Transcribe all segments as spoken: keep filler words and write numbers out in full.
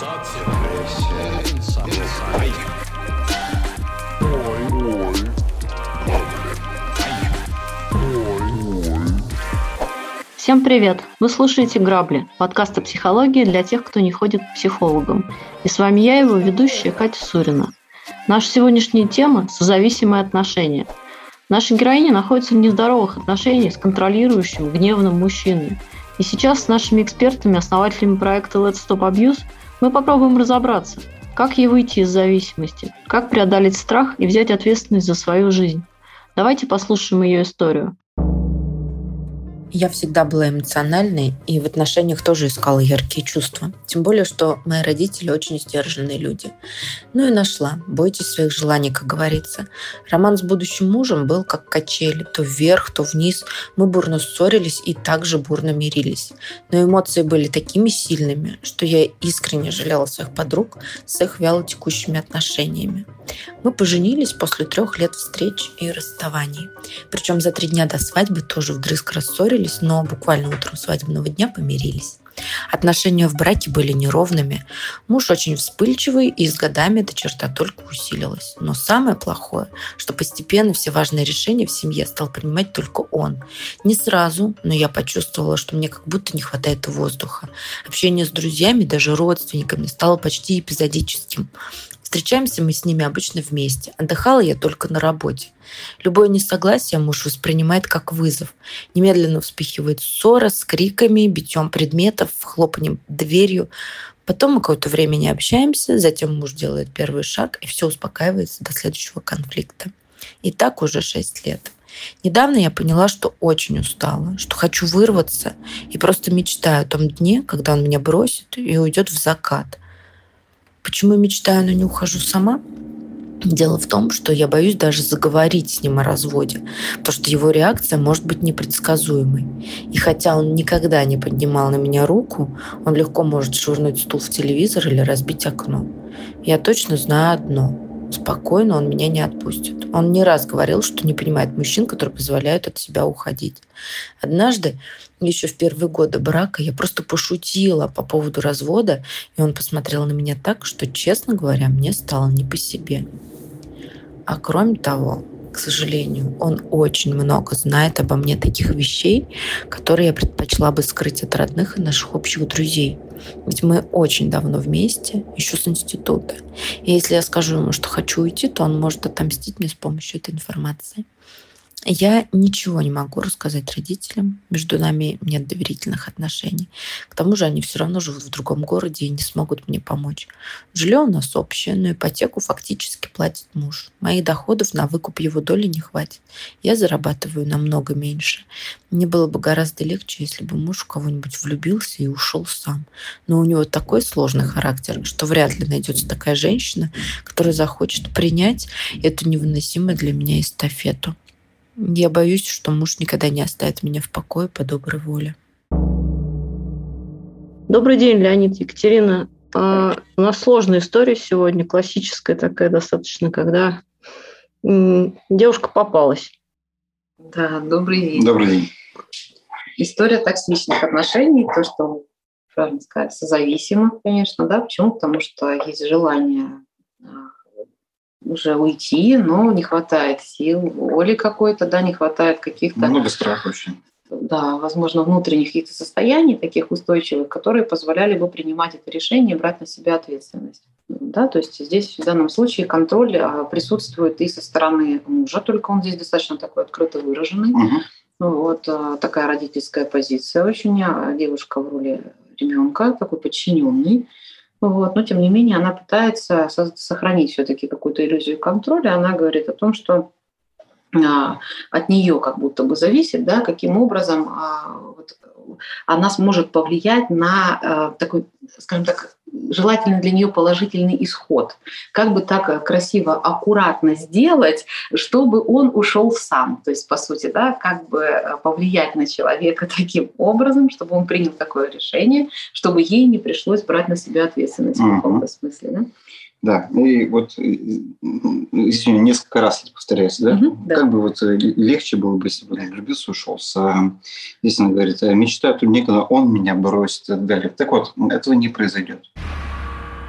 Всем привет! Вы слушаете «Грабли» – подкаст о психологии для тех, кто не ходит к психологам. И с вами я, его ведущая Катя Сурина. Наша сегодняшняя тема – созависимые отношения. Наша героиня находится в нездоровых отношениях с контролирующим, гневным мужчиной. И сейчас с нашими экспертами, основателями проекта Let's Stop Abuse, мы попробуем разобраться, как ей выйти из зависимости, как преодолеть страх и взять ответственность за свою жизнь. Давайте послушаем ее историю. Я всегда была эмоциональной и в отношениях тоже искала яркие чувства. Тем более, что мои родители очень сдержанные люди. Ну и нашла. Бойтесь своих желаний, как говорится. Роман с будущим мужем был как качели. То вверх, то вниз. Мы бурно ссорились и также бурно мирились. Но эмоции были такими сильными, что я искренне жалела своих подруг с их вялотекущими отношениями. Мы поженились после трех лет встреч и расставаний. Причем за три дня до свадьбы тоже вдрызг рассорились, но буквально утром свадебного дня помирились. Отношения в браке были неровными. Муж очень вспыльчивый, и с годами эта черта только усилилась. Но самое плохое, что постепенно все важные решения в семье стал принимать только он. Не сразу, но я почувствовала, что мне как будто не хватает воздуха. Общение с друзьями, даже родственниками, стало почти эпизодическим. Встречаемся мы с ними обычно вместе. Отдыхала я только на работе. Любое несогласие муж воспринимает как вызов. Немедленно вспыхивает ссора с криками, битьем предметов, хлопанием дверью. Потом мы какое-то время не общаемся, затем муж делает первый шаг, и все успокаивается до следующего конфликта. И так уже шесть лет. Недавно я поняла, что очень устала, что хочу вырваться и просто мечтаю о том дне, когда он меня бросит и уйдет в закат. Почему мечтаю, но не ухожу сама? Дело в том, что я боюсь даже заговорить с ним о разводе, потому что его реакция может быть непредсказуемой. И хотя он никогда не поднимал на меня руку, он легко может швырнуть стул в телевизор или разбить окно. Я точно знаю одно. Спокойно он меня не отпустит. Он не раз говорил, что не понимает мужчин, которые позволяют от себя уходить. Однажды, еще в первые годы брака, я просто пошутила по поводу развода, и он посмотрел на меня так, что, честно говоря, мне стало не по себе. А кроме того, к сожалению, он очень много знает обо мне таких вещей, которые я предпочла бы скрыть от родных и наших общих друзей. Ведь мы очень давно вместе, еще с института. И если я скажу ему, что хочу уйти, то он может отомстить мне с помощью этой информации. Я ничего не могу рассказать родителям. Между нами нет доверительных отношений. К тому же они все равно живут в другом городе и не смогут мне помочь. Жилье у нас общее, но ипотеку фактически платит муж. Моих доходов на выкуп его доли не хватит. Я зарабатываю намного меньше. Мне было бы гораздо легче, если бы муж в кого-нибудь влюбился и ушел сам. Но у него такой сложный характер, что вряд ли найдется такая женщина, которая захочет принять эту невыносимую для меня эстафету. Я боюсь, что муж никогда не оставит меня в покое по доброй воле. Добрый день, Леонид, Екатерина. А, у нас сложная история сегодня, классическая такая достаточно, когда м, девушка попалась. Да, добрый день. Добрый день. История токсичных отношений, то, что, правильно сказать, созависимо, конечно, да. Почему? Потому что есть желание уже уйти, но не хватает сил, воли какой-то, да, не хватает каких-то... Много страха очень. Да, возможно, внутренних каких-то состояний таких устойчивых, которые позволяли бы принимать это решение и брать на себя ответственность. Да, то есть здесь в данном случае контроль присутствует и со стороны мужа, только он здесь достаточно такой открыто выраженный. Угу. Вот такая родительская позиция очень, девушка в роли ребенка, такой подчиненный. Вот. Но, тем не менее, она пытается сохранить все-таки какую-то иллюзию контроля. Она говорит о том, что а, от нее как будто бы зависит, да, каким образом а, вот, она сможет повлиять на а, такой, скажем так, желательный для нее положительный исход. Как бы так красиво, аккуратно сделать, чтобы он ушел сам. То есть, по сути, да, как бы повлиять на человека таким образом, чтобы он принял такое решение, чтобы ей не пришлось брать на себя ответственность uh-huh. в каком-то смысле. Да? Да, и вот извини, несколько раз это повторяется, да? Uh-huh, да. Как бы вот легче было бы, если бы он влюбился, ушел. Здесь она говорит, мечтаю тот день, когда он меня бросит и так далее. Так вот, этого не произойдет.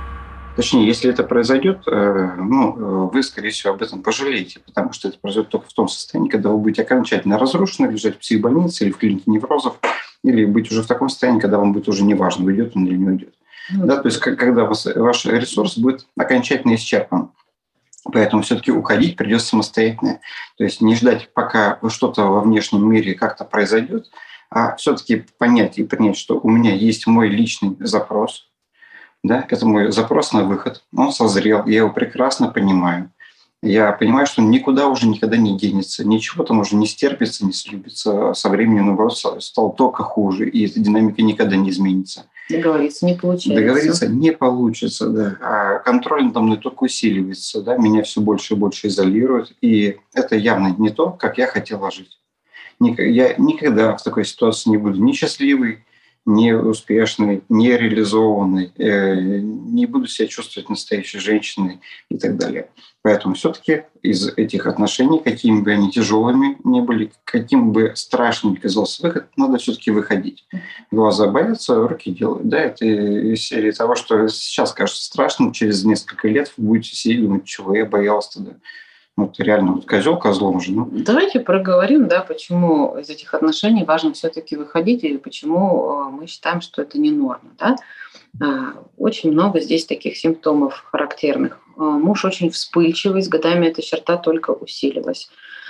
Точнее, если это произойдет, ну, вы, скорее всего, об этом пожалеете, потому что это произойдет только в том состоянии, когда вы будете окончательно разрушены, лежать в психбольнице или в клинике неврозов, или быть уже в таком состоянии, когда вам будет уже неважно, уйдет он или не уйдет. Mm-hmm. Да, то есть когда вас, ваш ресурс будет окончательно исчерпан. Поэтому все-таки уходить придется самостоятельно. То есть не ждать, пока что-то во внешнем мире как-то произойдет, а все-таки понять и принять, что у меня есть мой личный запрос. Да, это мой запрос на выход. Он созрел, я его прекрасно понимаю. Я понимаю, что он никуда уже никогда не денется, ничего там уже не стерпится, не слюбится. Со временем, наоборот, стал только хуже, и эта динамика никогда не изменится. Договориться не получается. Договориться не получится, да. А контроль надо мной только усиливается, да, меня все больше и больше изолируют, и это явно не то, как я хотела жить. Я никогда в такой ситуации не буду ни счастливый, не успешный, не реализованный, э, не буду себя чувствовать настоящей женщиной и так далее. Поэтому все-таки из этих отношений, какими бы они тяжелыми ни были, каким бы страшным ни казался выход, надо все-таки выходить. Глаза боятся, руки делают. Да, это из серии того, что сейчас кажется страшным, через несколько лет вы будете сидеть и думать, чего я боялась тогда. Вот реально вот козел козлом же. Ну. Давайте проговорим, да, почему из этих отношений важно все-таки выходить и почему мы считаем, что это не норма. Да? Очень много здесь таких симптомов характерных. Муж очень вспыльчивый, с годами эта черта только усилилась.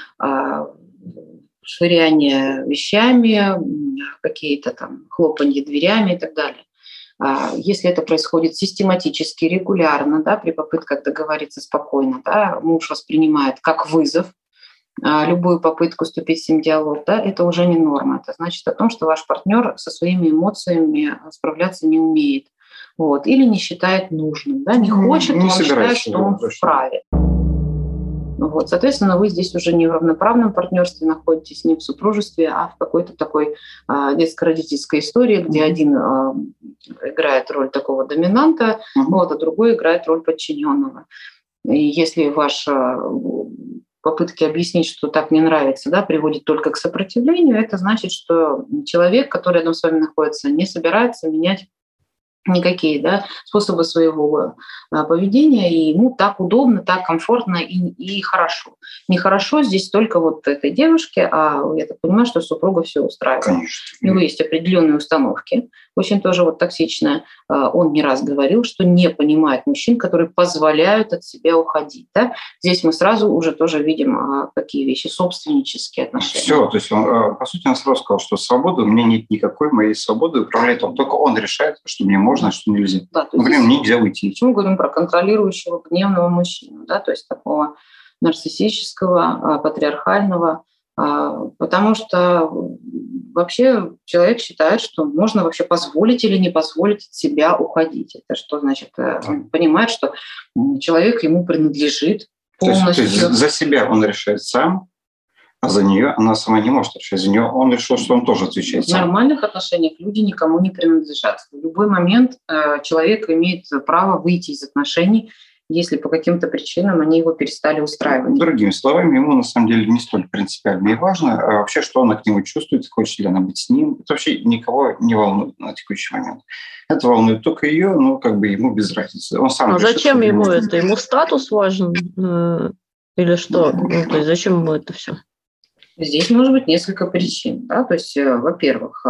Швыряние вещами, какие-то там хлопанье дверями и так далее. Если это происходит систематически, регулярно, да, при попытках договориться спокойно, да, муж воспринимает как вызов любую попытку вступить с ним в диалог, да, это уже не норма. Это значит о том, что ваш партнер со своими эмоциями справляться не умеет, вот, или не считает нужным, да, не хочет, не он считает, что он вправе. Вот, соответственно, вы здесь уже не в равноправном партнерстве находитесь, не в супружестве, а в какой-то такой а, детско-родительской истории, где mm-hmm. один а, играет роль такого доминанта, mm-hmm. вот, а другой играет роль подчиненного. И если ваши попытки объяснить, что так не нравится, да, приводит только к сопротивлению, это значит, что человек, который рядом с вами находится, не собирается менять никакие, да, способы своего а, поведения, и ему так удобно, так комфортно и, и хорошо. Нехорошо здесь только вот этой девушке, а я так понимаю, что супруга все устраивает. Конечно. У него есть определенные установки, очень тоже вот токсичная. Он не раз говорил, что не понимает мужчин, которые позволяют от себя уходить. Да? Здесь мы сразу уже тоже видим какие вещи, собственнические отношения. Все, то есть он, по сути, он сразу сказал, что свободы, у меня нет никакой моей свободы, управляет он, только он решает, что мне можно, а что нельзя. Да, например, мне нельзя уйти. Почему мы говорим про контролирующего гневного мужчину, да? То есть такого нарциссического, патриархального, потому что вообще человек считает, что можно вообще позволить или не позволить от себя уходить. Это что значит? Он понимает, что человек ему принадлежит полностью. То есть, то есть за себя он решает сам, а за нее она сама не может решить. За нее он решил, что он тоже отвечает сам. В нормальных отношениях люди никому не принадлежат. В любой момент человек имеет право выйти из отношений, если по каким-то причинам они его перестали устраивать. Другими словами, ему на самом деле не столь принципиально и важно, а вообще, что она к нему чувствует, хочет ли она быть с ним. Это вообще никого не волнует на текущий момент. Это волнует только ее, но как бы ему без разницы. Он сам а решит, зачем ему будет. это? Ему статус важен? Или что? Ну, то есть зачем ему это все? Здесь может быть несколько причин. Да? То есть, во-первых,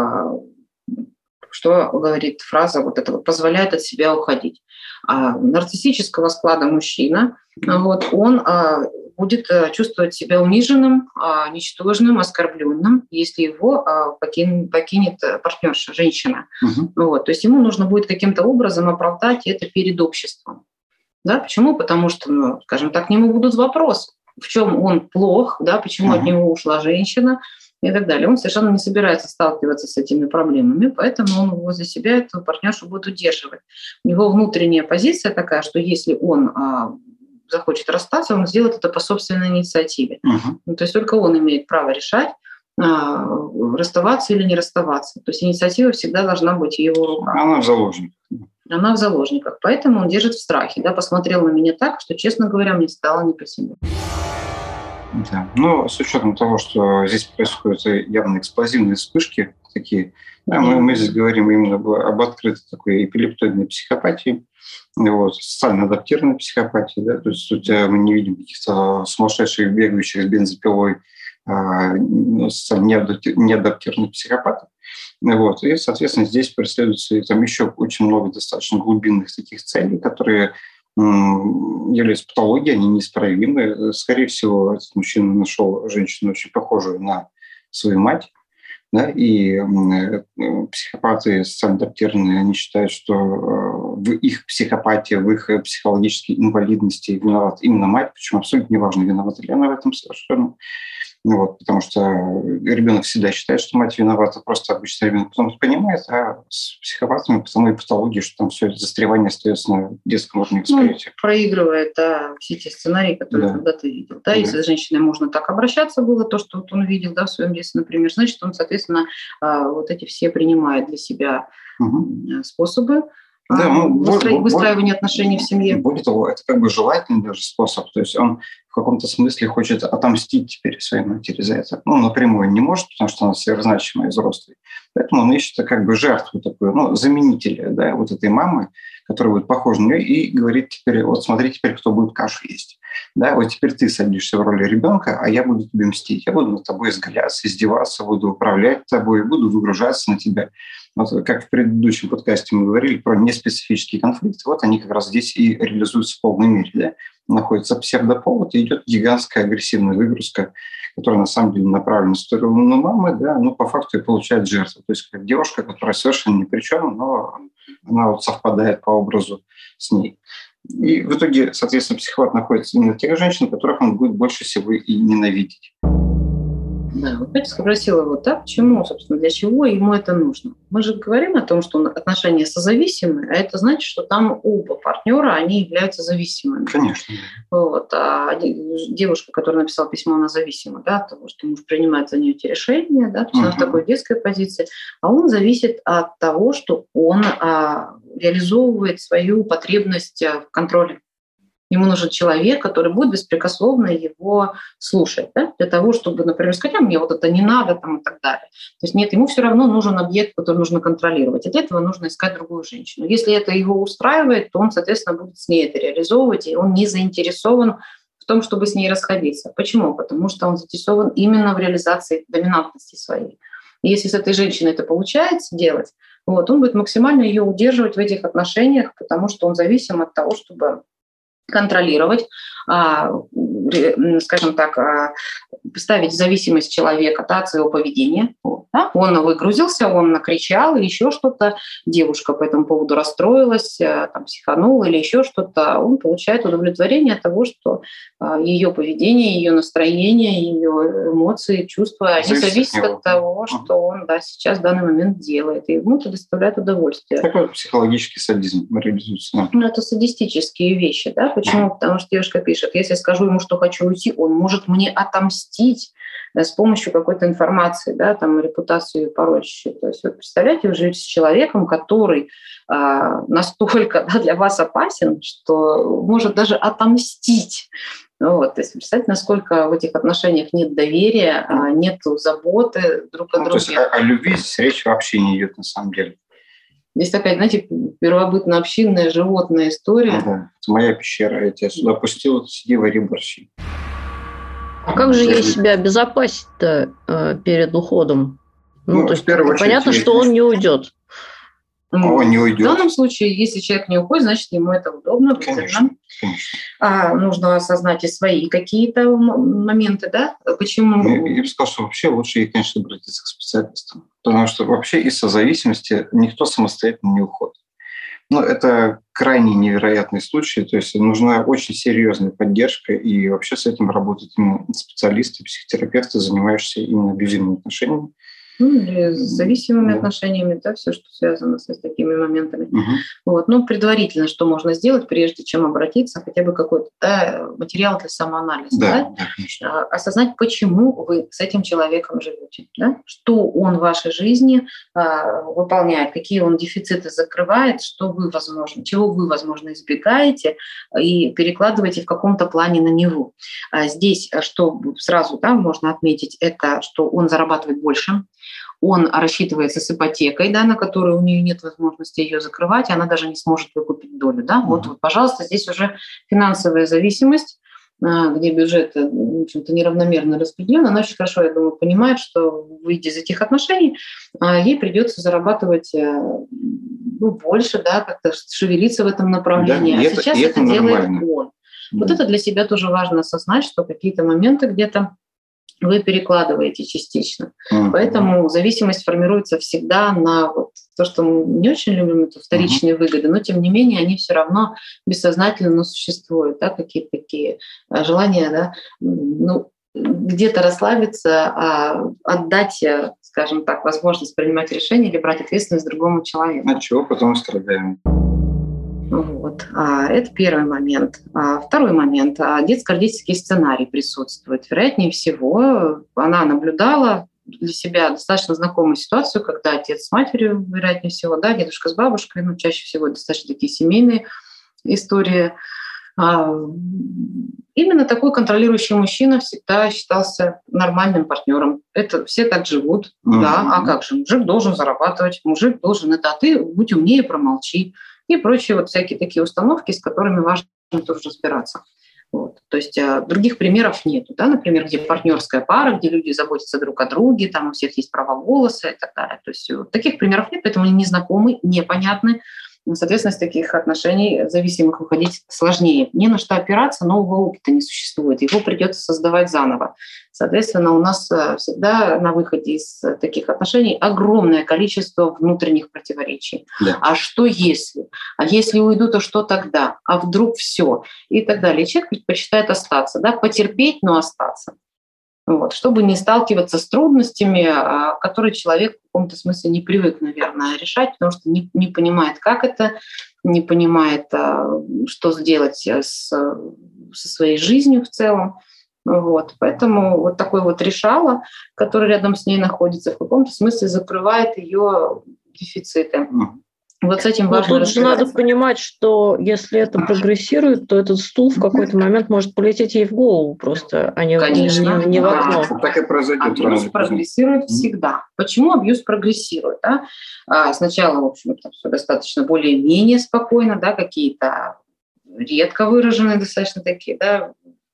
что говорит фраза вот этого «позволяет от себя уходить». А нарциссического склада мужчина, вот, он а, будет а, чувствовать себя униженным, а, ничтожным, оскорбленным, если его а, покин, покинет партнерша, женщина. Угу. Вот, то есть ему нужно будет каким-то образом оправдать это перед обществом. Да? Почему? Потому что, ну, скажем так, к нему будут вопросы. В чем он плох, да? Почему угу. от него ушла женщина, и так далее. Он совершенно не собирается сталкиваться с этими проблемами, поэтому он возле себя эту партнершу будет удерживать. У него внутренняя позиция такая, что если он а, захочет расстаться, он сделает это по собственной инициативе. Uh-huh. Ну, то есть только он имеет право решать, а, расставаться или не расставаться. То есть инициатива всегда должна быть в его руках. Она в заложниках. Она в заложниках. Поэтому он держит в страхе. Да, посмотрел на меня так, что, честно говоря, мне стало не по себе. Да. Но с учетом того, что здесь происходят явно эксплозивные вспышки такие. Да, мы, мы здесь говорим именно об открытой такой эпилептоидной психопатии, вот, социально адаптированной психопатии. Да, то есть тут мы не видим каких-то сумасшедших, бегающих с бензопилой, а, социально неадаптированных психопатов. Вот. И, соответственно, здесь преследуется там еще очень много достаточно глубинных таких целей, которые являются патологией, они неисправимы. Скорее всего, этот мужчина нашел женщину очень похожую на свою мать. Да, и психопаты социально адаптированные, они считают, что в их психопатии, в их психологической инвалидности виновата именно мать, причем абсолютно неважно, виновата ли она в этом совершенно. Ну вот, потому что ребенок всегда считает, что мать виновата, просто обычно ребенок потом это понимает, а с психопатами потому и патологии, что там все это застревание остается на детском уровне восприятия. Ну, проигрывает, да, все те сценарии, которые да. когда-то видел. Да, да. Если с женщиной можно так обращаться было, то, что вот он видел, да, в своем детстве, например, значит, он, соответственно, вот эти все принимает для себя угу. способы. Да, ну, Выстро... выстраивание отношений в семье. Более того, это как бы желательный даже способ. То есть он в каком-то смысле хочет отомстить теперь своей матери за это. Ну, напрямую не может, потому что она сверхзначимая и взрослая. Поэтому он ищет как бы жертву такую, ну, заменителя, да, вот этой мамы, которая будет похожа на нее, и говорит теперь, вот смотри теперь, кто будет кашу есть. Да, вот теперь ты садишься в роли ребенка, а я буду тебе мстить. Я буду над тобой изгаляться, издеваться, буду управлять тобой, буду выгружаться на тебя. Вот, как в предыдущем подкасте мы говорили про неспецифические конфликты, вот они как раз здесь и реализуются в полной мере. Да? Находится псевдоповод, и идет гигантская агрессивная выгрузка, которая на самом деле направлена в сторону мамы, да, но по факту и получает жертву. То есть как девушка, которая совершенно ни при чем, но она вот совпадает по образу с ней. И в итоге, соответственно, психопат находится именно тех женщин, которых он будет больше всего и ненавидеть. Да, вот я спросила его, да, почему, собственно, для чего ему это нужно. Мы же говорим о том, что отношения созависимы, а это значит, что там оба партнера, они являются зависимыми. Конечно. Вот. А девушка, которая написала письмо, она зависима, да, от того, что муж принимает за нее эти решения, да, то есть uh-huh. она в такой детской позиции, а он зависит от того, что он а, реализовывает свою потребность в контроле. Ему нужен человек, который будет беспрекословно его слушать, да, для того, чтобы, например, сказать, а мне вот это не надо там, и так далее. То есть нет, ему все равно нужен объект, который нужно контролировать. И для этого нужно искать другую женщину. Если это его устраивает, то он, соответственно, будет с ней это реализовывать, и он не заинтересован в том, чтобы с ней расходиться. Почему? Потому что он заинтересован именно в реализации доминантности своей. И если с этой женщиной это получается делать, вот, он будет максимально ее удерживать в этих отношениях, потому что он зависим от того, чтобы контролировать, скажем так, ставить в зависимость человека, да, от своего поведения. Да? Он выгрузился, он накричал или еще что-то, девушка по этому поводу расстроилась, там, психанула или еще что-то, он получает удовлетворение от того, что ее поведение, ее настроение, ее эмоции, чувства, они зависят от того, что он да, сейчас в данный момент делает, и ему это доставляет удовольствие. Такой психологический садизм реализуется. Ну, это садистические вещи, да? Почему? Потому что девушка пишет, если я скажу ему, что хочу уйти, он может мне отомстить с помощью какой-то информации, да, там, репутацию порочащую. То есть, вот представляете, вы живете с человеком, который а, настолько да, для вас опасен, что может даже отомстить. Вот, то есть представьте, насколько в этих отношениях нет доверия, нет заботы друг о ну, друге. То есть о, о любви здесь речь вообще не идет на самом деле. Здесь такая, знаете, первобытно-общинная животная история. Ага. Это моя пещера, я тебя сюда пустил, сиди, вари борщи. А как же ей себя обезопасить-то э, перед уходом? Ну, ну то есть понятно, очередь, что он не уйдет. Он не уйдет. В данном случае, если человек не уходит, значит, ему это удобно. Конечно, конечно. А нужно осознать и свои какие-то моменты, да? Почему? Я, я бы сказал, что вообще лучше ей, конечно, обратиться к специалистам. Потому что вообще из созависимости никто самостоятельно не уходит. Но это крайне невероятный случай. То есть нужна очень серьезная поддержка. И вообще с этим работают именно специалисты, психотерапевты, занимающиеся именно абьюзивными отношениями. Ну, или с зависимыми отношениями, да, все, что связано с такими моментами. Угу. Вот. Ну, предварительно, что можно сделать, прежде чем обратиться, хотя бы какой-то да, материал для самоанализа. Да, да? Да, конечно. Осознать, почему вы с этим человеком живете, да? Что он в вашей жизни а, выполняет, какие он дефициты закрывает, что вы, возможно, чего вы, возможно, избегаете и перекладываете в каком-то плане на него. А здесь, что сразу да, можно отметить, это что он зарабатывает больше, он рассчитывается с ипотекой, да, на которую у нее нет возможности ее закрывать, она даже не сможет выкупить долю. Да? Mm-hmm. Вот, вот, пожалуйста, здесь уже финансовая зависимость, где бюджет, в общем-то, неравномерно распределен. Она очень хорошо, я думаю, понимает, что, выйдя из этих отношений, ей придется зарабатывать ну, больше, да, как-то шевелиться в этом направлении. Да, а это, сейчас это, это делает он. Да. Вот это для себя тоже важно осознать, что какие-то моменты где-то вы перекладываете частично. Mm-hmm. Поэтому зависимость формируется всегда на вот то, что мы не очень любим, это вторичные mm-hmm. выгоды, но тем не менее они все равно бессознательно но существуют, да, какие-то такие желания, да, ну, где-то расслабиться, а отдать, скажем так, возможность принимать решения или брать ответственность другому человеку. А чего потом страдаем? Вот. Это первый момент. Второй момент. Детско-родительский сценарий присутствует. Вероятнее всего, она наблюдала для себя достаточно знакомую ситуацию, когда отец с матерью, вероятнее всего, да, дедушка с бабушкой, ну, чаще всего достаточно такие семейные истории. Именно такой контролирующий мужчина всегда считался нормальным партнером. Это все так живут, mm-hmm. да. А как же? Мужик должен зарабатывать, мужик должен это, а ты будь умнее, промолчи. И прочие вот всякие такие установки, с которыми важно тоже разбираться. Вот. То есть а, других примеров нет. Да? Например, где партнерская пара, где люди заботятся друг о друге, там у всех есть право голоса и так далее. То есть вот, таких примеров нет, поэтому они незнакомы, непонятны. Соответственно, из таких отношений зависимых выходить сложнее. Не на что опираться, нового опыта не существует. Его придется создавать заново. Соответственно, у нас всегда на выходе из таких отношений огромное количество внутренних противоречий. Да. А что если? А если уйду, то что тогда? А вдруг все? И так далее. И человек предпочитает остаться, да? Потерпеть, но остаться. Вот, чтобы не сталкиваться с трудностями, которые человек в каком-то смысле не привык, наверное, решать, потому что не, не понимает, как это, не понимает, что сделать с, со своей жизнью в целом. Вот, поэтому вот такой вот решала, который рядом с ней находится, в каком-то смысле закрывает ее дефициты. Вот с этим важно. Но тут же надо понимать, что если это прогрессирует, то этот стул в какой-то момент может полететь ей в голову просто, а не, Конечно, не, не в окно. Да, так и произойдет. Абьюз прогрессирует всегда. Почему абьюз прогрессирует? Да? А, сначала, в общем, там все достаточно более-менее спокойно, да, какие-то редко выраженные достаточно такие, да,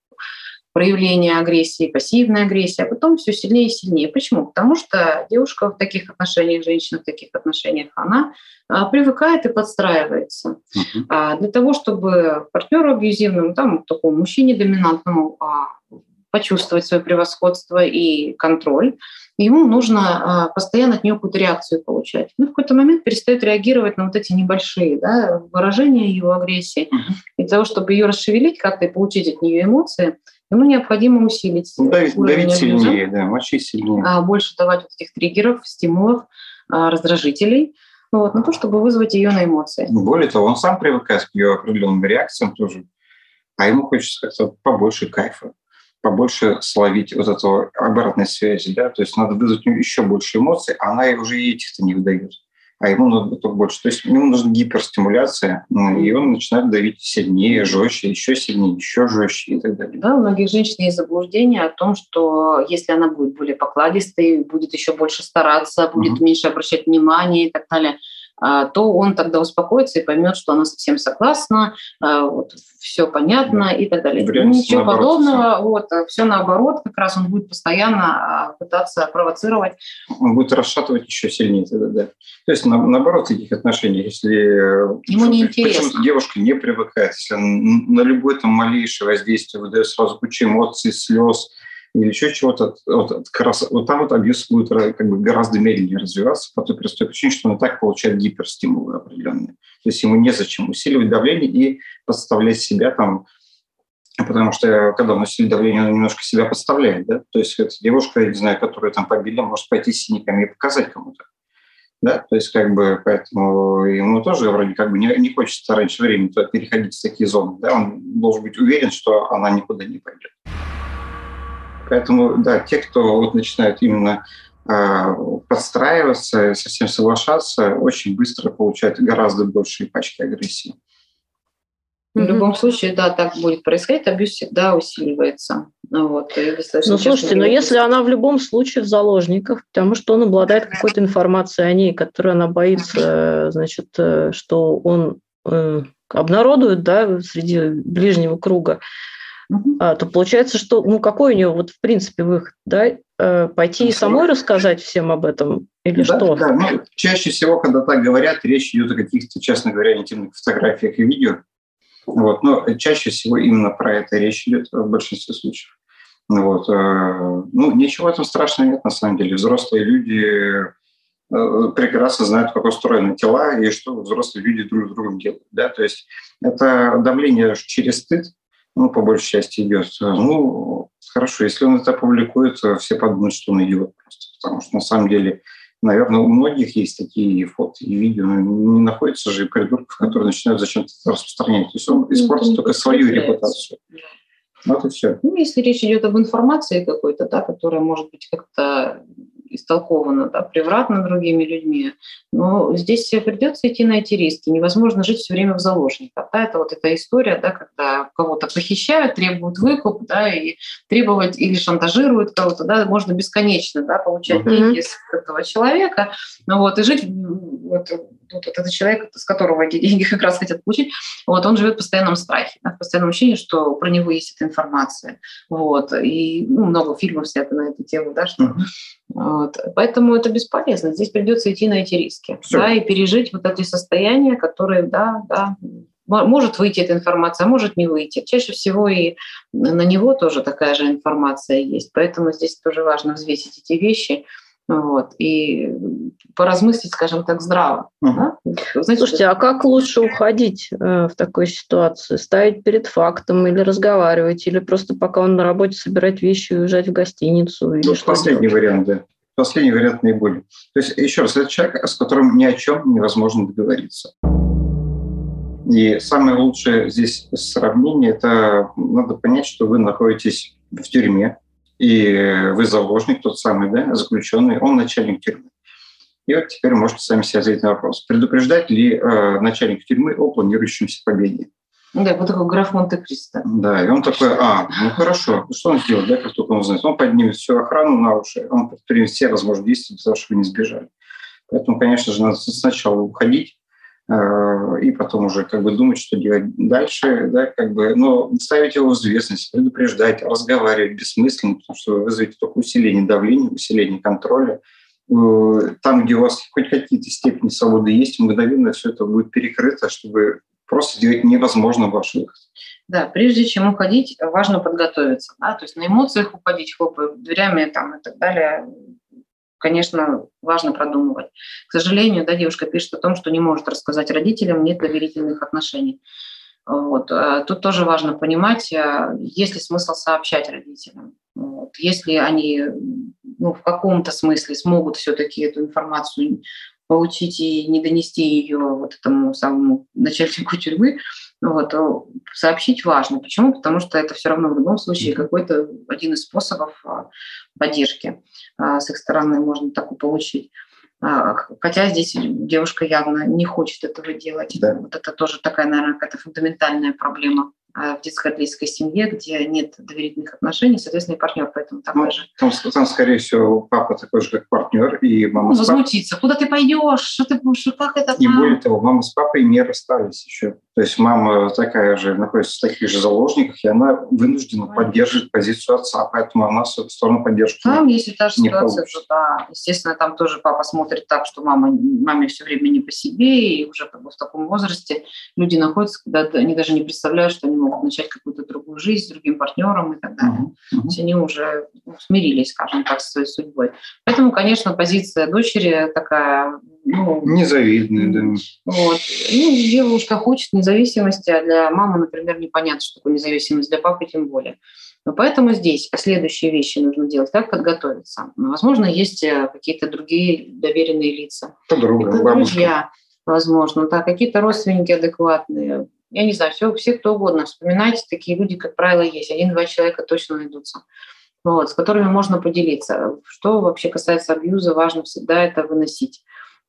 проявление агрессии, пассивная агрессия, а потом все сильнее и сильнее. Почему? Потому что девушка в таких отношениях, женщина в таких отношениях, она а, привыкает и подстраивается. Uh-huh. А, для того, чтобы партнеру абьюзивному, там, такому мужчине доминантному а, почувствовать свое превосходство и контроль, ему нужно а, постоянно от нее какую-то реакцию получать. Ну, в какой-то момент перестает реагировать на вот эти небольшие, да, выражения его агрессии. Uh-huh. И для того, чтобы ее расшевелить как-то и получить от нее эмоции, ему необходимо усилить давить, давить сильнее, да, мочить сильнее. Больше давать вот этих триггеров, стимулов, раздражителей, вот, на то, чтобы вызвать ее на эмоции. Более того, он сам привыкает к ее определенным реакциям тоже, а ему хочется как-то побольше кайфа, побольше словить вот этого обратной связи, да, то есть надо вызвать у нее еще больше эмоций, а она уже и этих-то не выдает. А ему надо только больше. То есть ему нужна гиперстимуляция, и он начинает давить сильнее, жестче, еще сильнее, еще жестче и так далее. Да, у многих женщин есть заблуждение о том, что если она будет более покладистой, будет еще больше стараться, будет mm-hmm. меньше обращать внимание и так далее, то он тогда успокоится и поймет, что она совсем согласна, вот, все понятно и так далее. Вариант Ничего наоборот, подобного, все. Вот, все наоборот, как раз он будет постоянно пытаться провоцировать. Он будет расшатывать еще сильнее тогда, да. То есть на, наоборот в таких отношениях, если ему неинтересно, почему-то девушка не привыкает, если на любое там малейшее воздействие выдает сразу кучу эмоций, слез, или еще чего-то, вот, как раз, вот там вот абьюз будет как бы гораздо медленнее развиваться по той простой причине, что он и так получает гиперстимулы определенные. То есть ему незачем усиливать давление и подставлять себя там, потому что когда он усиливает давление, он немножко себя подставляет, да? То есть эта девушка, не знаю, которую там побили, может пойти с синяками и показать кому-то. Да, то есть как бы поэтому ему тоже вроде как бы не, не хочется раньше времени переходить в такие зоны, да, он должен быть уверен, что она никуда не пойдет. Поэтому, да, те, кто вот начинают именно э, подстраиваться, совсем соглашаться, очень быстро получают гораздо большие пачки агрессии. В любом случае, да, так будет происходить, абьюз всегда усиливается. Вот, ну, слушайте, но если она в любом случае в заложниках, потому что он обладает какой-то информацией о ней, которую она боится, значит, что он э, обнародует, да, среди ближнего круга, угу. а, то получается, что, ну, какой у нее, вот, в принципе, выход, да, э, пойти и самой рассказать всем об этом или да, что? Да, ну, чаще всего, когда так говорят, речь идет о каких-то, честно говоря, интимных фотографиях и видео. Вот. Но чаще всего именно про это речь идет в большинстве случаев. Вот. Ну, ничего в этом страшного нет, на самом деле. Взрослые люди прекрасно знают, как устроены тела и что взрослые люди друг с другом делают. Да? То есть это давление через стыд, ну, по большей части идет. Ну, хорошо, если он это публикует, все подумают, что он идиот просто. Потому что на самом деле, наверное, у многих есть такие фото и видео, но не находится же придурков, которые начинают зачем-то это распространять. То есть он испортит ну, только свою репутацию. Вот и все. Ну, если речь идет об информации какой-то, да, которая может быть как-то истолкована, да, превратно другими людьми, но здесь придется идти на эти риски. Невозможно жить все время в заложниках. Да, это вот эта история, да, когда кого-то похищают, требуют выкуп, да, и требовать или шантажируют кого-то, да, можно бесконечно, да, получать mm-hmm. деньги с этого человека, ну, вот, и жить, вот, вот этот человек, с которого эти деньги как раз хотят получить, вот, он живет в постоянном страхе, да, в постоянном ощущении, что про него есть эта информация. Вот, и ну, много фильмов снято на эту тему, да, что... Mm-hmm. Вот. Поэтому это бесполезно. Здесь придется идти на эти риски, да, и пережить вот эти состояния, которые, да, да, может выйти эта информация, а может не выйти. Чаще всего и на него тоже такая же информация есть. Поэтому здесь тоже важно взвесить эти вещи. Вот, и поразмыслить, скажем так, здраво. Угу. Да? Знаете, слушайте, что... а как лучше уходить э, в такой ситуации? Ставить перед фактом или разговаривать, или просто пока он на работе собирать вещи и уезжать в гостиницу? Или ну, что последний делать? Вариант, да. Последний вариант наиболее. То есть, еще раз, это человек, с которым ни о чем невозможно договориться. И самое лучшее здесь сравнение – это надо понять, что вы находитесь в тюрьме, и вы заложник, тот самый, да, заключенный, он начальник тюрьмы. И вот теперь можете сами себе ответить на вопрос. Предупреждать ли э, начальник тюрьмы о планирующемся побеге? Да, вот такой граф Монте-Кристо. Да, и он такой, а, ну хорошо, что он сделает, да, как только он узнает? Он поднимет всю охрану на уши, он предпримет все возможные действия для того, чтобы вы не сбежали. Поэтому, конечно же, надо сначала уходить, и потом уже как бы думать, что делать дальше, да, как бы, но ставить его в известность, предупреждать, разговаривать бессмысленно, потому что вы вызовете только усиление давления, усиление контроля. Там, где у вас хоть какие-то степени свободы есть, мгновенно все это будет перекрыто, чтобы просто сделать невозможно ваш выход. Да, прежде чем уходить, важно подготовиться, да, то есть на эмоциях уходить, хлопая дверями там, и так далее. Конечно, важно продумывать. К сожалению, да, девушка пишет о том, что не может рассказать родителям, нет доверительных отношений. Вот. Тут тоже важно понимать, есть ли смысл сообщать родителям. Вот. Если они ну, в каком-то смысле смогут все-таки эту информацию получить и не донести ее вот этому самому начальнику тюрьмы, вот, сообщить важно. Почему? Потому что это все равно в любом случае какой-то один из способов поддержки с их стороны можно так и получить. Хотя здесь девушка явно не хочет этого делать. Да. Вот это тоже такая, наверное, какая-то фундаментальная проблема в детско-родительской семье, где нет доверительных отношений, соответственно, и партнер поэтому такой ну, же. Там, там, скорее всего, папа такой же, как партнер, и мама ну, с папой. Возмутиться. Куда ты пойдешь? Что ты будешь? Как это? И более того, мама с папой не расстались еще. То есть мама такая же, находится в таких же заложниках, и она вынуждена Ой. поддерживать позицию отца, поэтому она с этой стороны поддержки там, если та же ситуация, то да, естественно, там тоже папа смотрит так, что мама, маме все время не по себе, и уже как бы в таком возрасте люди находятся, когда они даже не представляют, что они могут начать какую-то другую жизнь с другим партнером и так далее. Uh-huh. То есть они уже ну, смирились, скажем так, со своей судьбой. Поэтому, конечно, позиция дочери такая... Ну, незавидная, да. Вот. Ну, девушка хочет независимости, а для мамы, например, непонятно, что такое независимость, для папы тем более. Но поэтому здесь следующие вещи нужно делать. Как подготовиться? Возможно, есть какие-то другие доверенные лица. Подруга, это бабушка. Друзья, возможно, да, какие-то родственники адекватные. Я не знаю, все, все кто угодно. Вспоминайте, такие люди, как правило, есть. Один-два человека точно найдутся. Вот, с которыми можно поделиться. Что вообще касается абьюза, важно всегда это выносить.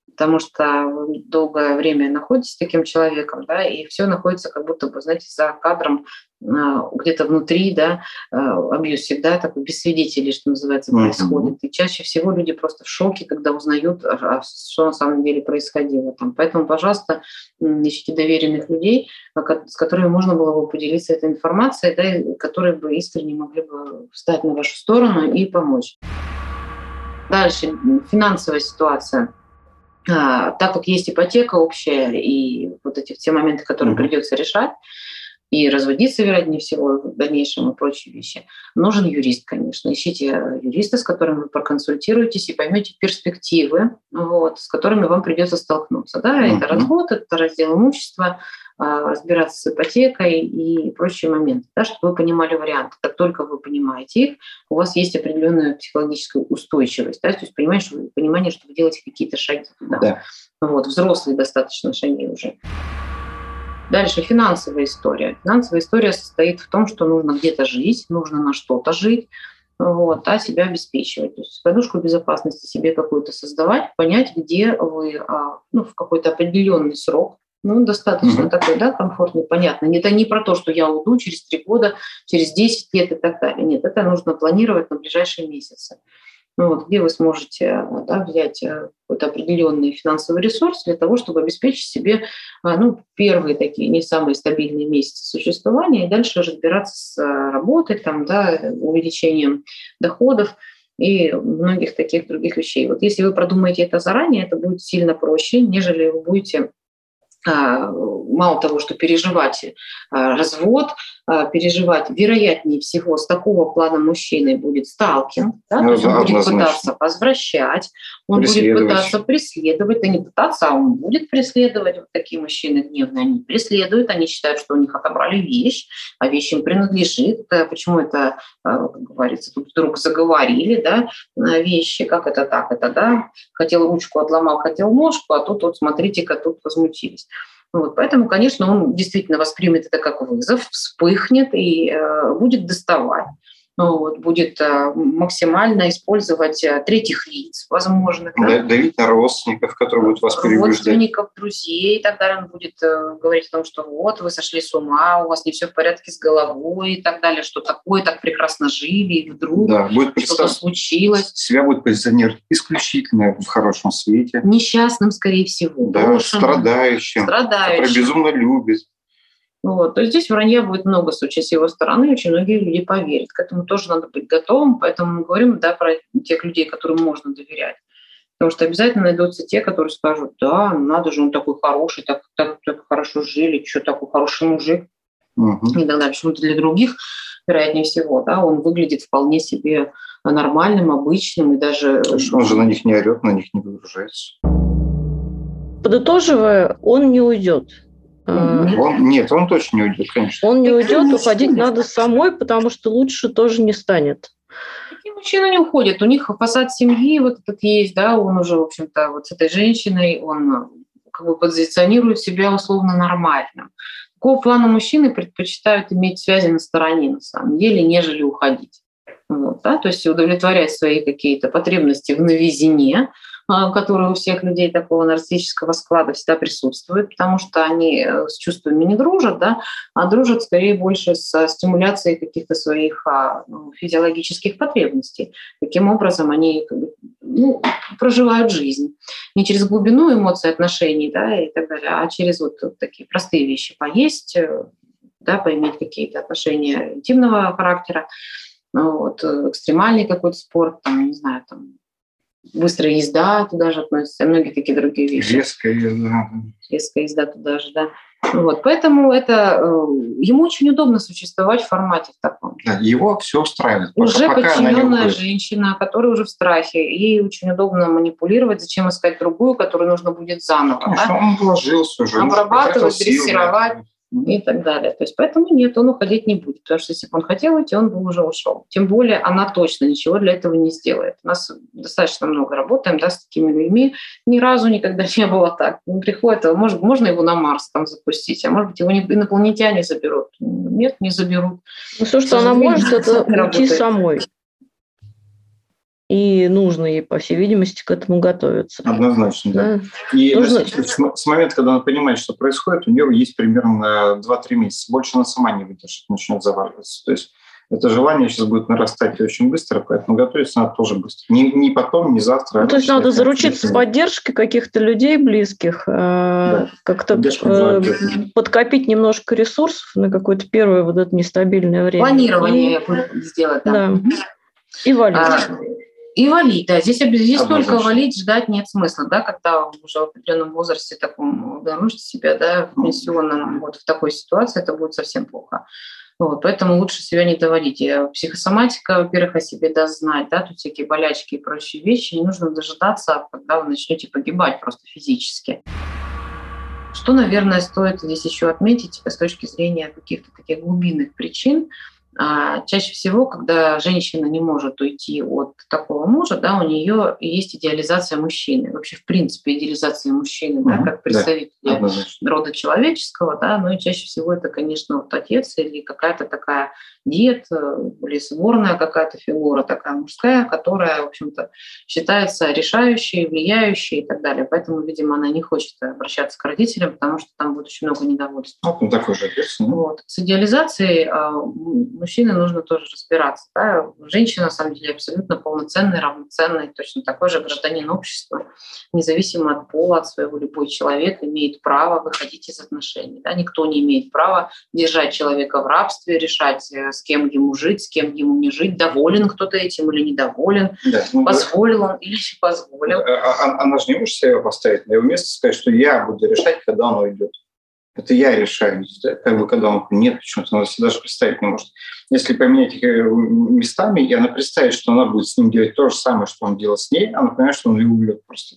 потому что вы долгое время находитесь с таким человеком, да, и все находится как будто бы, знаете, за кадром, где-то внутри, да, абьюз всегда такой без свидетелей, что называется, происходит. Mm-hmm. И чаще всего люди просто в шоке, когда узнают, что на самом деле происходило там. Поэтому, пожалуйста, ищите доверенных людей, с которыми можно было бы поделиться этой информацией, да, и которые бы искренне могли бы встать на вашу сторону и помочь. Дальше, финансовая ситуация. А, так как есть ипотека общая и вот эти все моменты, которые mm-hmm. придется решать, и разводиться, вероятнее всего, в дальнейшем и прочие вещи, нужен юрист, конечно. Ищите юриста, с которым вы проконсультируетесь и поймете перспективы, вот, с которыми вам придется столкнуться. Да? Mm-hmm. Это развод, это раздел имущества, разбираться с ипотекой и прочие моменты, да, чтобы вы понимали варианты. Как только вы понимаете их, у вас есть определенная психологическая устойчивость, да, то есть понимаете, что вы, понимание, что вы делаете какие-то шаги туда. Да. Вот, взрослые достаточно шаги уже. Дальше финансовая история. Финансовая история состоит в том, что нужно где-то жить, нужно на что-то жить, вот, а себя обеспечивать. То есть подушку безопасности себе какую-то создавать, понять, где вы, ну, в какой-то определенный срок, ну, достаточно mm-hmm. такой, да, комфортный, понятно. Это не про то, что я уйду через три года, через десять лет и так далее. Нет, это нужно планировать на ближайшие месяцы. Ну, вот, где вы сможете, да, взять какой-то определенный финансовый ресурс для того, чтобы обеспечить себе, ну, первые такие не самые стабильные месяцы существования, и дальше разбираться с работой, там, да, увеличением доходов и многих таких других вещей. Вот если вы продумаете это заранее, это будет сильно проще, нежели вы будете мало того, что переживать развод, переживать, вероятнее всего, с такого плана мужчины будет сталкинг, да? Ну, то есть он будет пытаться возвращать, он будет пытаться преследовать, да не пытаться, а он будет преследовать. Вот такие мужчины гневные, они преследуют, они считают, что у них отобрали вещь, а вещь им принадлежит. Почему это, как говорится, тут вдруг заговорили, да, вещи, как это так, это, да, хотел ручку, отломал, хотел ножку, а тут вот, смотрите-ка, тут возмутились. Вот, поэтому, конечно, он действительно воспримет это как вызов, вспыхнет и э, будет доставать. Вот, будет э, максимально использовать э, третьих лиц, возможно. Да? Давить на родственников, которые будут вас переубеждать. Родственников, друзей и так далее. Он будет э, говорить о том, что вот, вы сошли с ума, у вас не все в порядке с головой и так далее, что такое, так прекрасно жили, и вдруг да, будет что-то случилось. Себя будет позиционировать исключительно в хорошем свете. Несчастным, скорее всего. Да, брошенным, страдающим, страдающим, который безумно любит. Вот. То есть здесь вранья будет много случаев с его стороны, очень многие люди поверят. К этому тоже надо быть готовым, поэтому мы говорим, да, про тех людей, которым можно доверять. Потому что обязательно найдутся те, которые скажут, да, надо же, он такой хороший, так, так, так хорошо жили, что такой хороший мужик. Угу. И так далее. Почему-то для других, вероятнее всего, да, он выглядит вполне себе нормальным, обычным и даже... Он же на них не орет, на них не выгружается. Подытоживая, он не уйдет. Он, нет, он точно не уйдет, конечно. Он не уйдет, уходить надо самой, потому что лучше тоже не станет. Такие мужчины не уходят. У них фасад семьи вот этот есть, да, он уже, в общем-то, вот с этой женщиной, он как бы позиционирует себя условно нормальным. Такого плана мужчины предпочитают иметь связи на стороне, на самом деле, нежели уходить. Вот, да? То есть удовлетворять свои какие-то потребности в новизне, которые у всех людей такого нарциссического склада всегда присутствуют, потому что они с чувствами не дружат, да, а дружат скорее больше с стимуляцией каких-то своих ну, физиологических потребностей. Таким образом, они ну, проживают жизнь. Не через глубину эмоций, отношений, да, и так далее, а через вот, вот такие простые вещи. Поесть, да, поиметь какие-то отношения интимного характера, вот, экстремальный какой-то спорт, там, не знаю, там, быстрая езда туда же относится, и многие такие другие вещи. Резкая езда. Резкая езда туда же, да. Вот, поэтому это, ему очень удобно существовать в формате в таком. Да, его все устраивает. Уже пока подчиненная женщина, которая уже в страхе, ей очень удобно манипулировать, зачем искать другую, которую нужно будет заново. Потому да? что он вложился уже. Обрабатывать, дрессировать. И так далее. То есть поэтому нет, он уходить не будет. Потому что если бы он хотел уйти, он бы уже ушел. Тем более она точно ничего для этого не сделает. У нас достаточно много работаем, да, с такими людьми. Ни разу никогда не было так. Он приходит, может, можно его на Марс там запустить, а может быть, его инопланетяне заберут. Нет, не заберут. Ну, все, что она может, это уйти самой. и нужно ей, по всей видимости, к этому готовиться. Однозначно, да. да. И нужно... с момента, когда она понимает, что происходит, у нее есть примерно два-три месяца. Больше она сама не выдержит, начнет заваливаться. То есть это желание сейчас будет нарастать очень быстро, поэтому готовиться надо тоже быстро. Не, не потом, не завтра. Ну, то есть надо заручиться поддержкой каких-то людей близких, да. как-то э, подкопить немножко ресурсов на какое-то первое вот это нестабильное время. Планирование и... сделать. Да. да. И валить. А, и валить, да. Здесь, здесь только валить, ждать нет смысла, да, когда уже в определенном возрасте таком обнаружите себя, да, в пенсионном, вот в такой ситуации, это будет совсем плохо. Вот, поэтому лучше себя не доводить. Психосоматика, во-первых, о себе даст знать, да, тут всякие болячки и прочие вещи. Не нужно дожидаться, когда вы начнете погибать просто физически. Что, наверное, стоит здесь еще отметить с точки зрения каких-то таких глубинных причин. А, чаще всего, когда женщина не может уйти от такого мужа, да, у нее есть идеализация мужчины. Вообще, в принципе, идеализация мужчины, mm-hmm. да, как представителя да. рода человеческого, да, но и чаще всего это, конечно, вот отец или какая-то такая дед или сборная какая-то фигура такая мужская, которая, в общем-то, считается решающей, влияющей и так далее. Поэтому, видимо, она не хочет обращаться к родителям, потому что там будет очень много недовольства. Ну, такой же отец. Ну. Вот. С идеализацией мужчины нужно тоже разбираться. Да? Женщина, на самом деле, абсолютно полноценный, равноценный, точно такой же гражданин общества, независимо от пола, от своего. Любой человек имеет право выходить из отношений. Да? Никто не имеет права держать человека в рабстве, решать, с кем ему жить, с кем ему не жить, доволен кто-то этим или недоволен, да, ну, позволил он или не позволил. А, она же не может себя поставить на его место и сказать, что я буду решать, когда он уйдет. Это я решаю, да? Как бы, когда он нет, почему-то она себе даже представить не может. Если поменять их местами, и она представит, что она будет с ним делать то же самое, что он делал с ней, она понимает, что он ее убьет просто.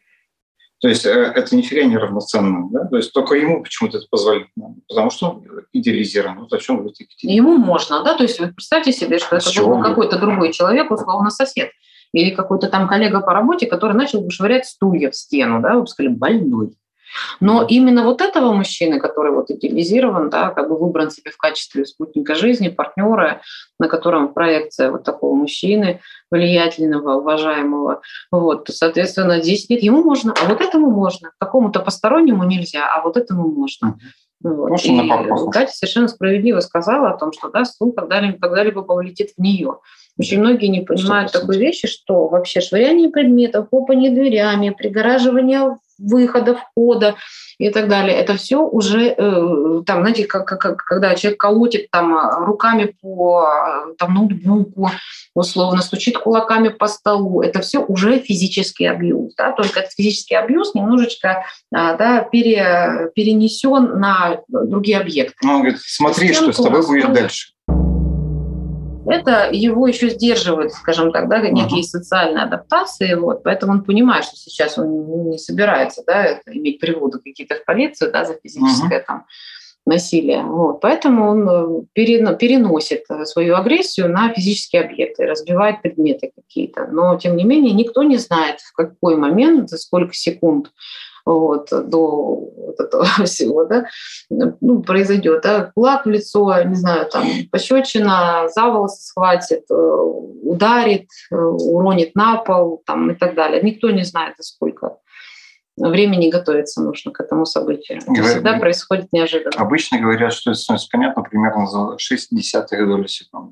То есть это нифига не равноценно. Да? То есть только ему почему-то это позволит нам, потому что он идеализирован. Вот о чем вы говорите. Ему можно, да? То есть вы представьте себе, что это был какой-то другой человек, условно сосед, или какой-то там коллега по работе, который начал бы швырять стулья в стену, да, вы бы сказали, больной. Но именно вот этого мужчины, который вот идеализирован, да, как бы выбран себе в качестве спутника жизни, партнера, на котором проекция вот такого мужчины, влиятельного, уважаемого, вот, соответственно, здесь нет, ему можно, а вот этому можно, какому-то постороннему нельзя, а вот этому можно. Вот. И Катя совершенно справедливо сказала о том, что да, стул когда-либо, когда-либо полетит в нее. Очень многие не понимают сто процентов такой вещи, что вообще швыряние предметов, хлопанье дверями, пригораживание выхода, входа и так далее, это все уже, э, там, знаете, как, как, когда человек колотит там, руками по там, ноутбуку, условно, стучит кулаками по столу, это все уже физический абьюз. Да? Только этот физический абьюз немножечко да, пере, перенесен на другие объекты. Ну, он говорит, смотри, что с тобой будет дальше. Это его еще сдерживает, скажем так, да, некие uh-huh. социальные адаптации. Вот, поэтому он понимает, что сейчас он не собирается да, это, иметь приводы какие-то в полицию да, за физическое uh-huh. там, насилие. Вот, поэтому он переносит свою агрессию на физические объекты, разбивает предметы какие-то. Но, тем не менее, никто не знает, в какой момент, за сколько секунд вот, до вот этого всего, да, ну, произойдет, да, кулак в лицо, не знаю, там, пощечина, за волосы схватит, ударит, уронит на пол, там, и так далее. Никто не знает, за сколько времени готовиться нужно к этому событию. Это всегда Говор... происходит неожиданно. Обычно говорят, что это становится понятно примерно за шесть десятых доли секунды.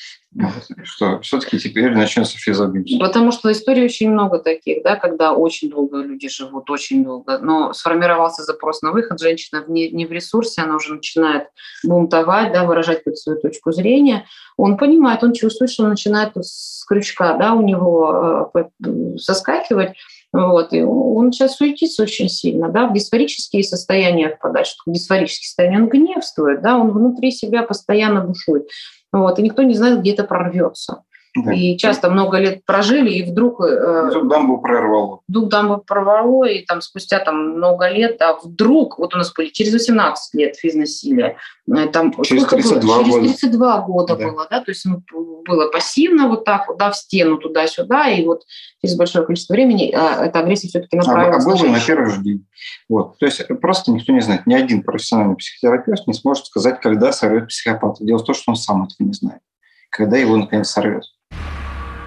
Что все-таки теперь начнется физиология. Потому что историй очень много таких, да, когда очень долго люди живут, очень долго, но сформировался запрос на выход, женщина не, не в ресурсе, она уже начинает бунтовать, да, выражать какую-то свою точку зрения. Он понимает, он чувствует, что он начинает с крючка, да, у него э, соскакивать. Вот, и он сейчас суетится очень сильно, да, в дисфорические состояния впадает. Что такое дисфорические состояния? Он гневствует, да, он внутри себя постоянно бушует. Вот, и никто не знает, где это прорвется. Да. И часто много лет прожили, и вдруг... Вдруг дамбу прорвало. Вдруг дамбу прорвало, и там спустя там, много лет, а вдруг, вот у нас были через восемнадцать лет физнасилия, там, через тридцать два было? года. Через тридцать два года да. было, да, то есть было пассивно вот так вот, да, в стену туда-сюда, и вот через большое количество времени эта агрессия все-таки направилась а, а на было на первый же день. Вот. То есть просто никто не знает, ни один профессиональный психотерапевт не сможет сказать, когда сорвет психопата. Дело в том, что он сам этого не знает, когда его наконец сорвет.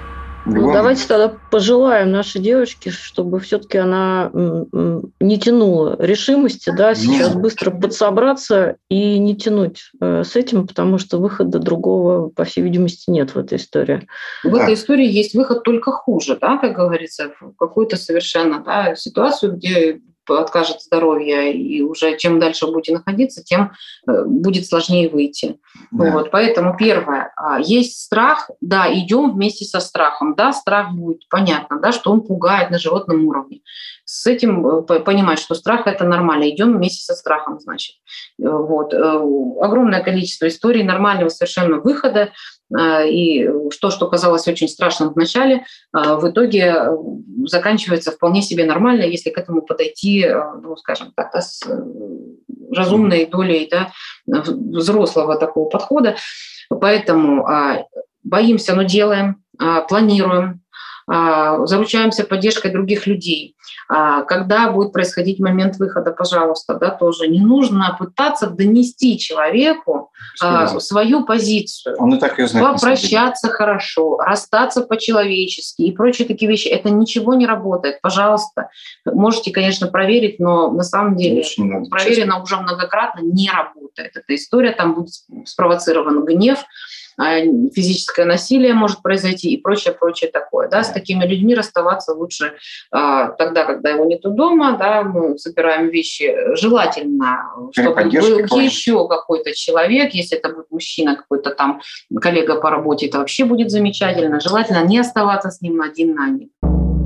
Ну, давайте тогда пожелаем нашей девочке, чтобы все-таки она не тянула решимости, да, сейчас Нет. быстро подсобраться и не тянуть с этим, потому что выхода другого, по всей видимости, нет в этой истории. В да. этой истории есть выход только хуже, да, как говорится, в какую-то совершенно да, ситуацию, где откажет здоровье, и уже чем дальше будете находиться, тем будет сложнее выйти. Да. Вот, поэтому первое, есть страх, да, идем вместе со страхом, да, страх будет понятно, да, что он пугает на животном уровне. С этим понимать, что страх – это нормально, идем вместе со страхом, значит. Вот. Огромное количество историй нормального совершенно выхода, и то, что казалось очень страшным в начале, в итоге заканчивается вполне себе нормально, если к этому подойти, ну, скажем так, да, с разумной долей да, взрослого такого подхода. Поэтому боимся, но делаем, планируем, заручаемся поддержкой других людей. Когда будет происходить момент выхода, пожалуйста, да, тоже не нужно пытаться донести человеку а, свою позицию. Он и так ее знает. Попрощаться хорошо, расстаться по-человечески и прочие такие вещи. Это ничего не работает. Пожалуйста, можете, конечно, проверить, но на самом деле надо, проверено честно. Уже многократно, не работает. Эта история, там будет спровоцирован гнев, физическое насилие может произойти и прочее, прочее такое. Да? С такими людьми расставаться лучше а, тогда, когда его нету дома, да, мы собираем вещи. Желательно, чтобы был еще какой-то человек, если это будет мужчина, какой-то там коллега по работе, это вообще будет замечательно. Желательно не оставаться с ним один на один.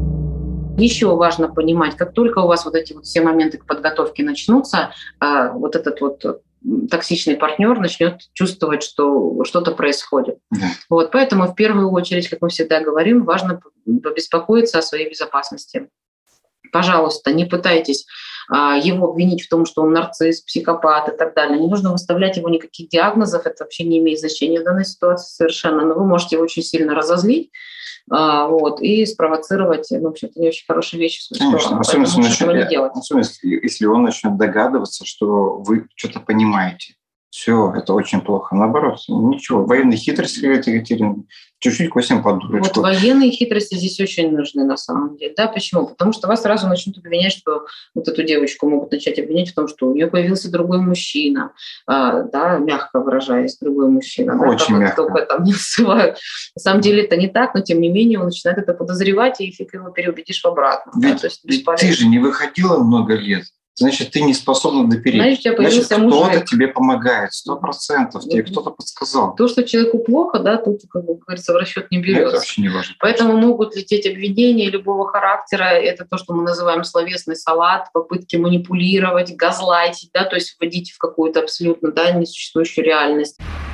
Еще важно понимать, как только у вас вот эти вот все моменты к подготовке начнутся, а, вот этот вот токсичный партнер начнет чувствовать, что что-то происходит. Да. Вот, поэтому в первую очередь, как мы всегда говорим, важно побеспокоиться о своей безопасности. Пожалуйста, не пытайтесь а, его обвинить в том, что он нарцисс, психопат и так далее. Не нужно выставлять его никаких диагнозов, это вообще не имеет значения в данной ситуации совершенно, но вы можете его очень сильно разозлить, а, вот, и спровоцировать, ну, в общем-то, не очень хорошая вещь в свою сторону. Особенно, начнет, особенно, если он начнет догадываться, что вы что-то понимаете. Все, это очень плохо. Наоборот, ничего. Военные хитрости, Екатерина, чуть-чуть косим под дурочку. Вот военные хитрости здесь очень нужны на самом деле. Да, почему? Потому что вас сразу начнут обвинять, что вот эту девочку могут начать обвинять в том, что у нее появился другой мужчина, а, да, мягко выражаясь, другой мужчина. Очень да, мягко. Только там не называют. На самом деле это не так, но тем не менее он начинает это подозревать, и фиг его переубедишь в обратном. Ведь, да, то есть ведь ты же не выходила много лет. Значит, ты не способна допереть. Значит, Значит, кто-то мужик. тебе помогает, сто процентов, тебе кто-то подсказал. То, что человеку плохо, да, тут, как бы говорится, в расчет не берется. Это вообще не важно. Поэтому могут лететь обвинения любого характера. Это то, что мы называем словесный салат, попытки манипулировать, газлайтить, да, то есть вводить в какую-то абсолютно да, несуществующую реальность.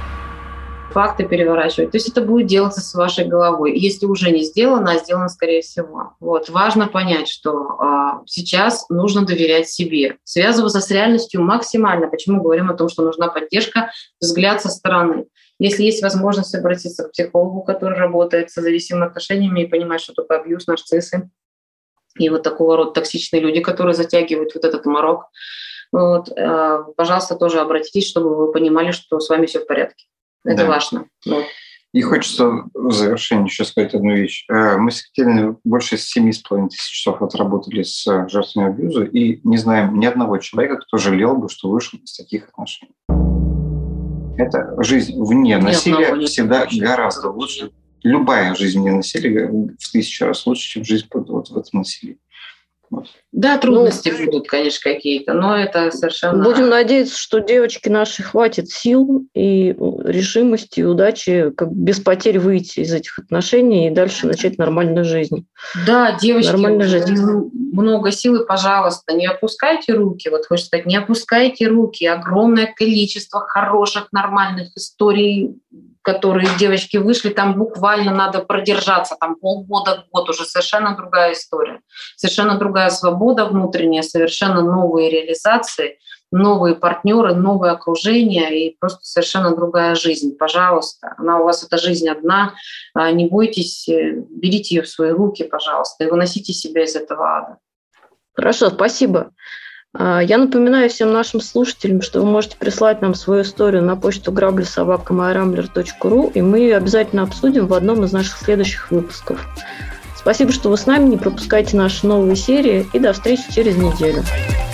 Факты переворачивать. То есть это будет делаться с вашей головой. Если уже не сделано, а сделано, скорее всего. Вот. Важно понять, что а, сейчас нужно доверять себе, связываться с реальностью максимально. Почему говорим о том, что нужна поддержка, взгляд со стороны. Если есть возможность обратиться к психологу, который работает с зависимыми отношениями и понимает, что такое абьюз, нарциссы и вот такого рода токсичные люди, которые затягивают вот этот морок, вот, а, пожалуйста, тоже обратитесь, чтобы вы понимали, что с вами все в порядке. Это да. важно. Вот. И хочется в завершение еще сказать одну вещь. Мы с Екатериной больше семи с половиной тысяч часов отработали с жертвами абьюза и не знаем ни одного человека, кто жалел бы, что вышел из таких отношений. Это жизнь вне насилия всегда гораздо лучше. Любая жизнь вне насилия в тысячу раз лучше, чем жизнь вот в этом насилии. Вот. Да, трудности ну, будут, конечно, какие-то, но это совершенно... Будем надеяться, что девочке нашей хватит сил и решимости, и удачи как без потерь выйти из этих отношений и дальше начать нормальную жизнь. Да, девочки, нормальную жизнь. Много сил, и, пожалуйста, не опускайте руки. Вот хочется сказать, не опускайте руки. Огромное количество хороших, нормальных историй, которые девочки вышли, там буквально надо продержаться, там полгода, год, уже совершенно другая история, совершенно другая свобода внутренняя, совершенно новые реализации, новые партнеры, новое окружение и просто совершенно другая жизнь. Пожалуйста, она у вас, эта жизнь одна, не бойтесь, берите ее в свои руки, пожалуйста, и выносите себя из этого ада. Хорошо, спасибо. Я напоминаю всем нашим слушателям, что вы можете прислать нам свою историю на почту грабли собака майрамблер точка ру, и мы ее обязательно обсудим в одном из наших следующих выпусков. Спасибо, что вы с нами, не пропускайте наши новые серии, и до встречи через неделю.